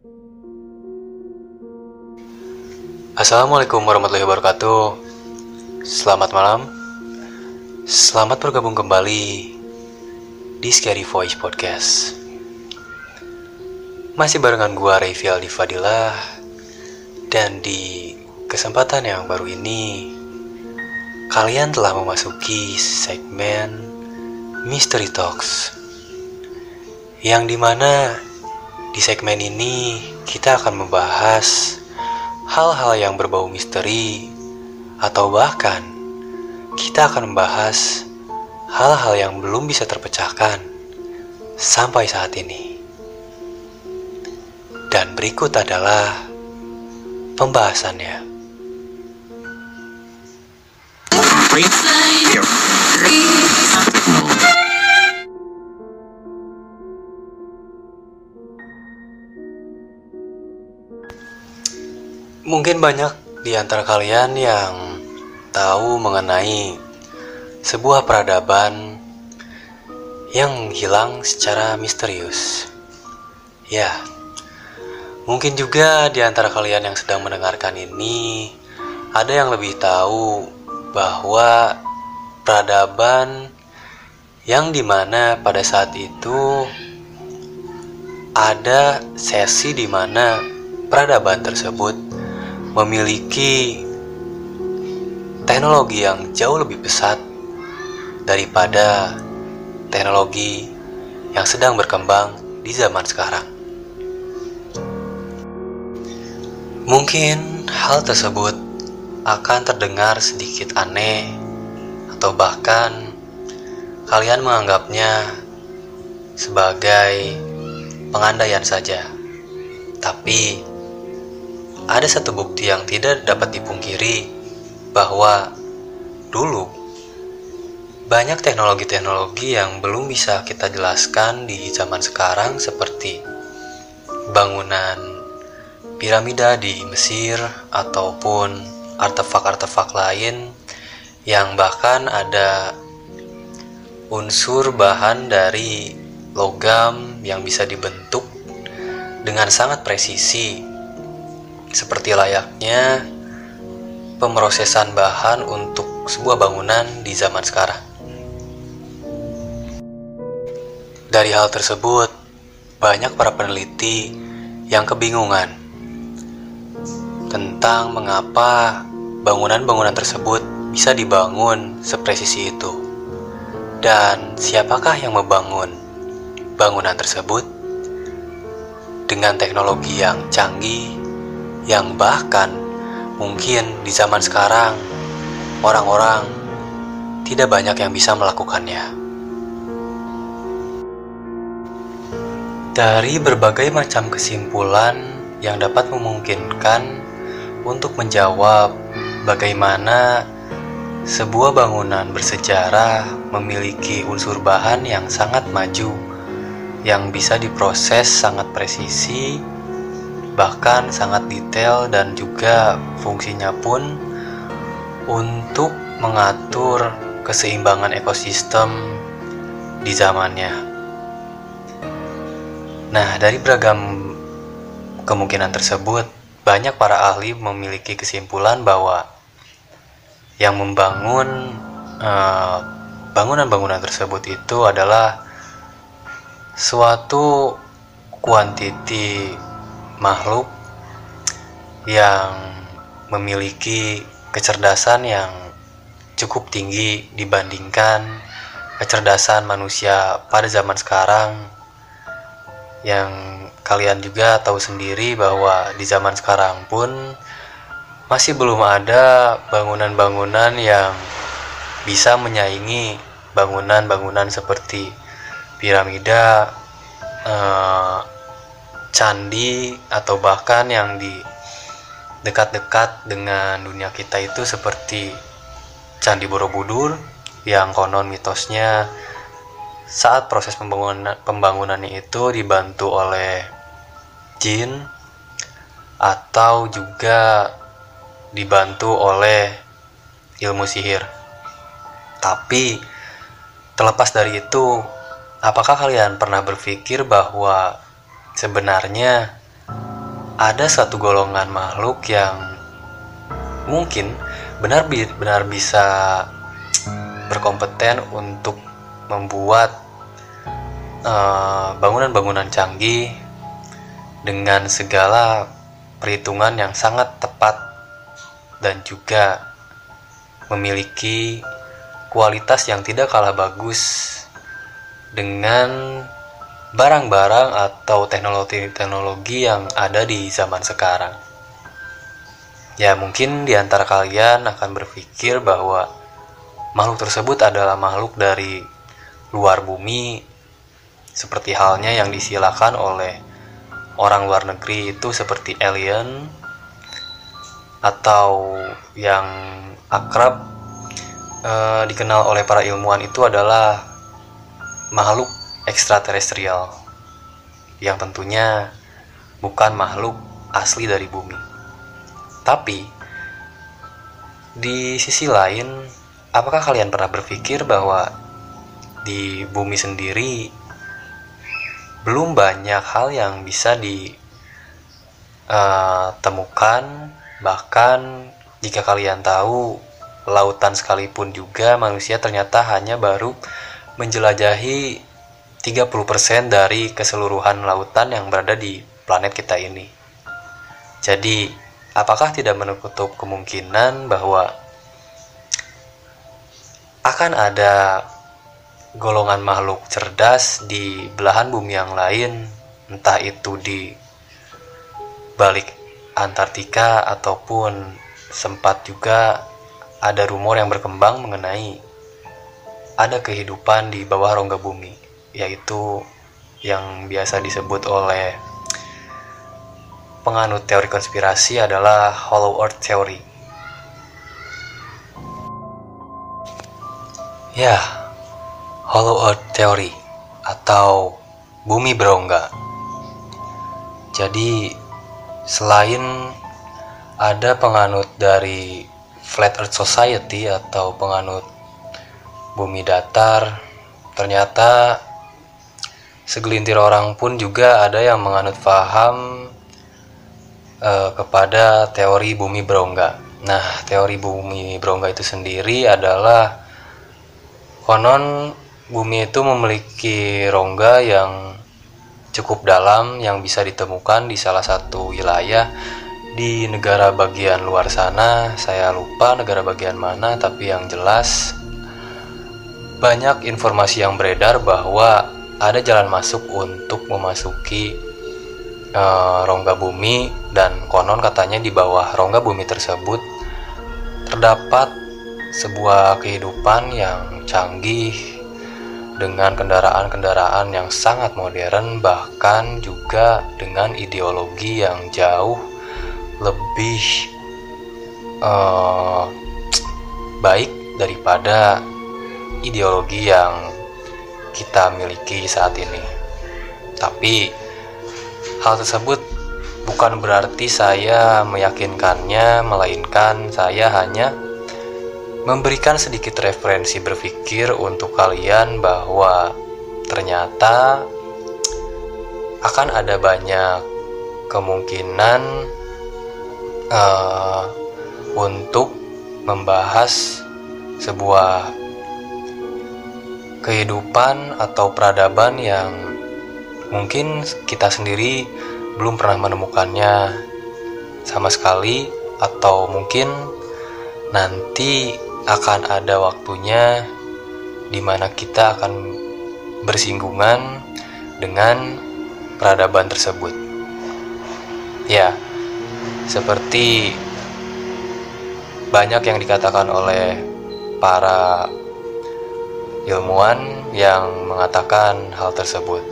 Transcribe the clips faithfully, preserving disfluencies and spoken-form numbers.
Assalamualaikum warahmatullahi wabarakatuh. Selamat malam. Selamat bergabung kembali di Scary Voice Podcast. Masih barengan gua Rayfi Aldi Fadilah. Dan di kesempatan yang baru ini, kalian telah memasuki segmen Mystery Talks, yang dimana di segmen ini kita akan membahas hal-hal yang berbau misteri, atau bahkan kita akan membahas hal-hal yang belum bisa terpecahkan sampai saat ini. Dan berikut adalah pembahasannya. Mungkin banyak di antara kalian yang tahu mengenai sebuah peradaban yang hilang secara misterius. Ya, mungkin juga di antara kalian yang sedang mendengarkan ini ada yang lebih tahu bahwa peradaban yang dimana pada saat itu ada sesi dimana peradaban tersebut memiliki teknologi yang jauh lebih pesat daripada teknologi yang sedang berkembang di zaman sekarang. Mungkin hal tersebut akan terdengar sedikit aneh, atau bahkan kalian menganggapnya sebagai pengandaian saja. Tapi ada satu bukti yang tidak dapat dipungkiri, bahwa dulu banyak teknologi-teknologi yang belum bisa kita jelaskan di zaman sekarang, seperti bangunan piramida di Mesir ataupun artefak-artefak lain yang bahkan ada unsur bahan dari logam yang bisa dibentuk dengan sangat presisi, seperti layaknya pemrosesan bahan untuk sebuah bangunan di zaman sekarang. Dari hal tersebut, banyak para peneliti yang kebingungan tentang mengapa bangunan-bangunan tersebut bisa dibangun sepresisi itu, dan siapakah yang membangun bangunan tersebut dengan teknologi yang canggih, yang bahkan mungkin di zaman sekarang orang-orang tidak banyak yang bisa melakukannya. Dari berbagai macam kesimpulan yang dapat memungkinkan untuk menjawab bagaimana sebuah bangunan bersejarah memiliki unsur bahan yang sangat maju, yang bisa diproses sangat presisi, bahkan sangat detail, dan juga fungsinya pun untuk mengatur keseimbangan ekosistem di zamannya. Nah, dari beragam kemungkinan tersebut, banyak para ahli memiliki kesimpulan bahwa yang membangun eh, bangunan-bangunan tersebut itu adalah suatu kuantiti makhluk yang memiliki kecerdasan yang cukup tinggi dibandingkan kecerdasan manusia pada zaman sekarang, yang kalian juga tahu sendiri bahwa di zaman sekarang pun masih belum ada bangunan-bangunan yang bisa menyaingi bangunan-bangunan seperti piramida, eh, candi, atau bahkan yang di dekat-dekat dengan dunia kita itu seperti Candi Borobudur, yang konon mitosnya saat proses pembangunan pembangunannya itu dibantu oleh jin atau juga dibantu oleh ilmu sihir. Tapi terlepas dari itu, apakah kalian pernah berpikir bahwa sebenarnya ada satu golongan makhluk yang mungkin benar-benar bisa berkompeten untuk membuat uh, bangunan-bangunan canggih dengan segala perhitungan yang sangat tepat dan juga memiliki kualitas yang tidak kalah bagus dengan barang-barang atau teknologi-teknologi yang ada di zaman sekarang. Ya, mungkin di antara kalian akan berpikir bahwa makhluk tersebut adalah makhluk dari luar bumi, seperti halnya yang disilakan oleh orang luar negeri itu seperti alien, atau yang akrab e, dikenal oleh para ilmuwan itu adalah makhluk ekstraterestrial, yang tentunya bukan makhluk asli dari bumi. Tapi di sisi lain, apakah kalian pernah berpikir bahwa di bumi sendiri belum banyak hal yang bisa ditemukan, bahkan jika kalian tahu lautan sekalipun juga manusia ternyata hanya baru menjelajahi tiga puluh persen dari keseluruhan lautan yang berada di planet kita ini. Jadi, apakah tidak menutup kemungkinan bahwa akan ada golongan makhluk cerdas di belahan bumi yang lain, entah itu di balik Antartika ataupun sempat juga ada rumor yang berkembang mengenai ada kehidupan di bawah rongga bumi, yaitu yang biasa disebut oleh penganut teori konspirasi adalah Hollow Earth Theory. Ya, Hollow Earth Theory atau bumi berongga. Jadi, selain ada penganut dari Flat Earth Society atau penganut bumi datar, ternyata segelintir orang pun juga ada yang menganut paham eh, kepada teori bumi berongga. Nah, teori bumi berongga itu sendiri adalah konon bumi itu memiliki rongga yang cukup dalam yang bisa ditemukan di salah satu wilayah di negara bagian luar sana. Saya lupa negara bagian mana, tapi yang jelas banyak informasi yang beredar bahwa ada jalan masuk untuk memasuki e, rongga bumi, dan konon katanya di bawah rongga bumi tersebut terdapat sebuah kehidupan yang canggih dengan kendaraan-kendaraan yang sangat modern, bahkan juga dengan ideologi yang jauh lebih uh, baik daripada ideologi yang kita miliki saat ini. Tapi hal tersebut bukan berarti saya meyakinkannya, melainkan saya hanya memberikan sedikit referensi berpikir untuk kalian bahwa ternyata akan ada banyak kemungkinan uh, untuk membahas sebuah kehidupan atau peradaban yang mungkin kita sendiri belum pernah menemukannya sama sekali, atau mungkin nanti akan ada waktunya di mana kita akan bersinggungan dengan peradaban tersebut. Ya, seperti banyak yang dikatakan oleh para ilmuwan yang mengatakan hal tersebut.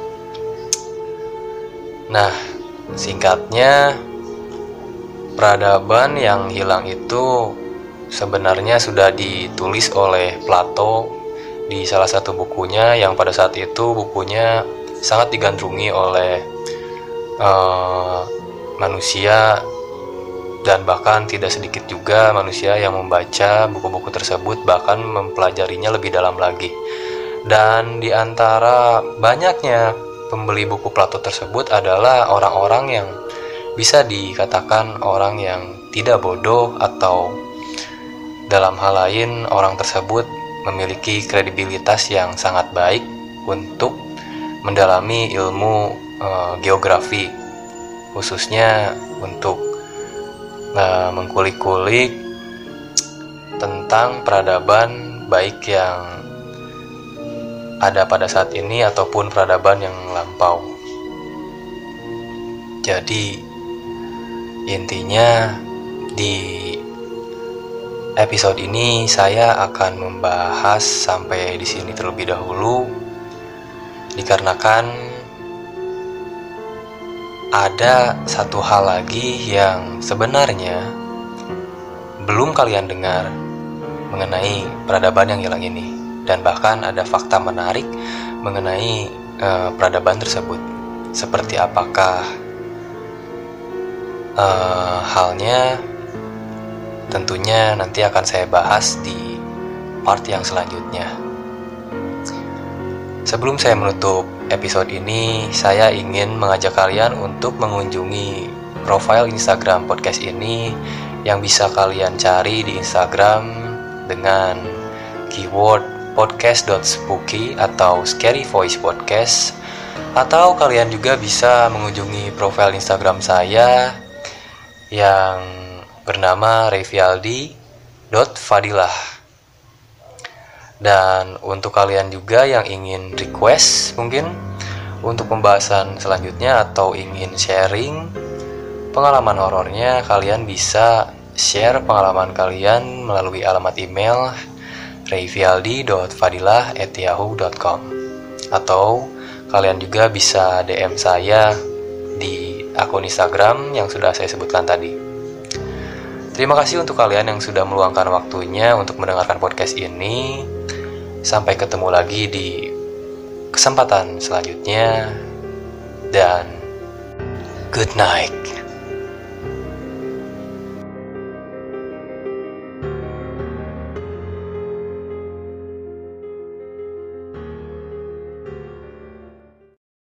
Nah, singkatnya, peradaban yang hilang itu sebenarnya sudah ditulis oleh Plato di salah satu bukunya, yang pada saat itu bukunya sangat digandrungi oleh uh, manusia, dan bahkan tidak sedikit juga manusia yang membaca buku-buku tersebut, bahkan mempelajarinya lebih dalam lagi. Dan di antara banyaknya pembeli buku Plato tersebut adalah orang-orang yang bisa dikatakan orang yang tidak bodoh, atau dalam hal lain orang tersebut memiliki kredibilitas yang sangat baik untuk mendalami ilmu e, geografi, khususnya untuk e, mengkulik-kulik tentang peradaban baik yang ada pada saat ini ataupun peradaban yang lampau. Jadi intinya di episode ini saya akan membahas sampai di sini terlebih dahulu, dikarenakan ada satu hal lagi yang sebenarnya belum kalian dengar mengenai peradaban yang hilang ini, dan bahkan ada fakta menarik mengenai uh, peradaban tersebut. Seperti apakah uh, halnya? Tentunya nanti akan saya bahas di part yang selanjutnya. Sebelum saya menutup episode ini, saya ingin mengajak kalian untuk mengunjungi profil Instagram podcast ini yang bisa kalian cari di Instagram dengan keyword podcast dot spooky atau scary voice podcast, atau kalian juga bisa mengunjungi profil Instagram saya yang bernama revialdi dot fadilah. Dan untuk kalian juga yang ingin request mungkin untuk pembahasan selanjutnya atau ingin sharing pengalaman horornya, kalian bisa share pengalaman kalian melalui alamat email revialdi dot fadilah at yahoo dot com, atau kalian juga bisa D M saya di akun Instagram yang sudah saya sebutkan tadi. Terima kasih untuk kalian yang sudah meluangkan waktunya untuk mendengarkan podcast ini. Sampai ketemu lagi di kesempatan selanjutnya, dan good night.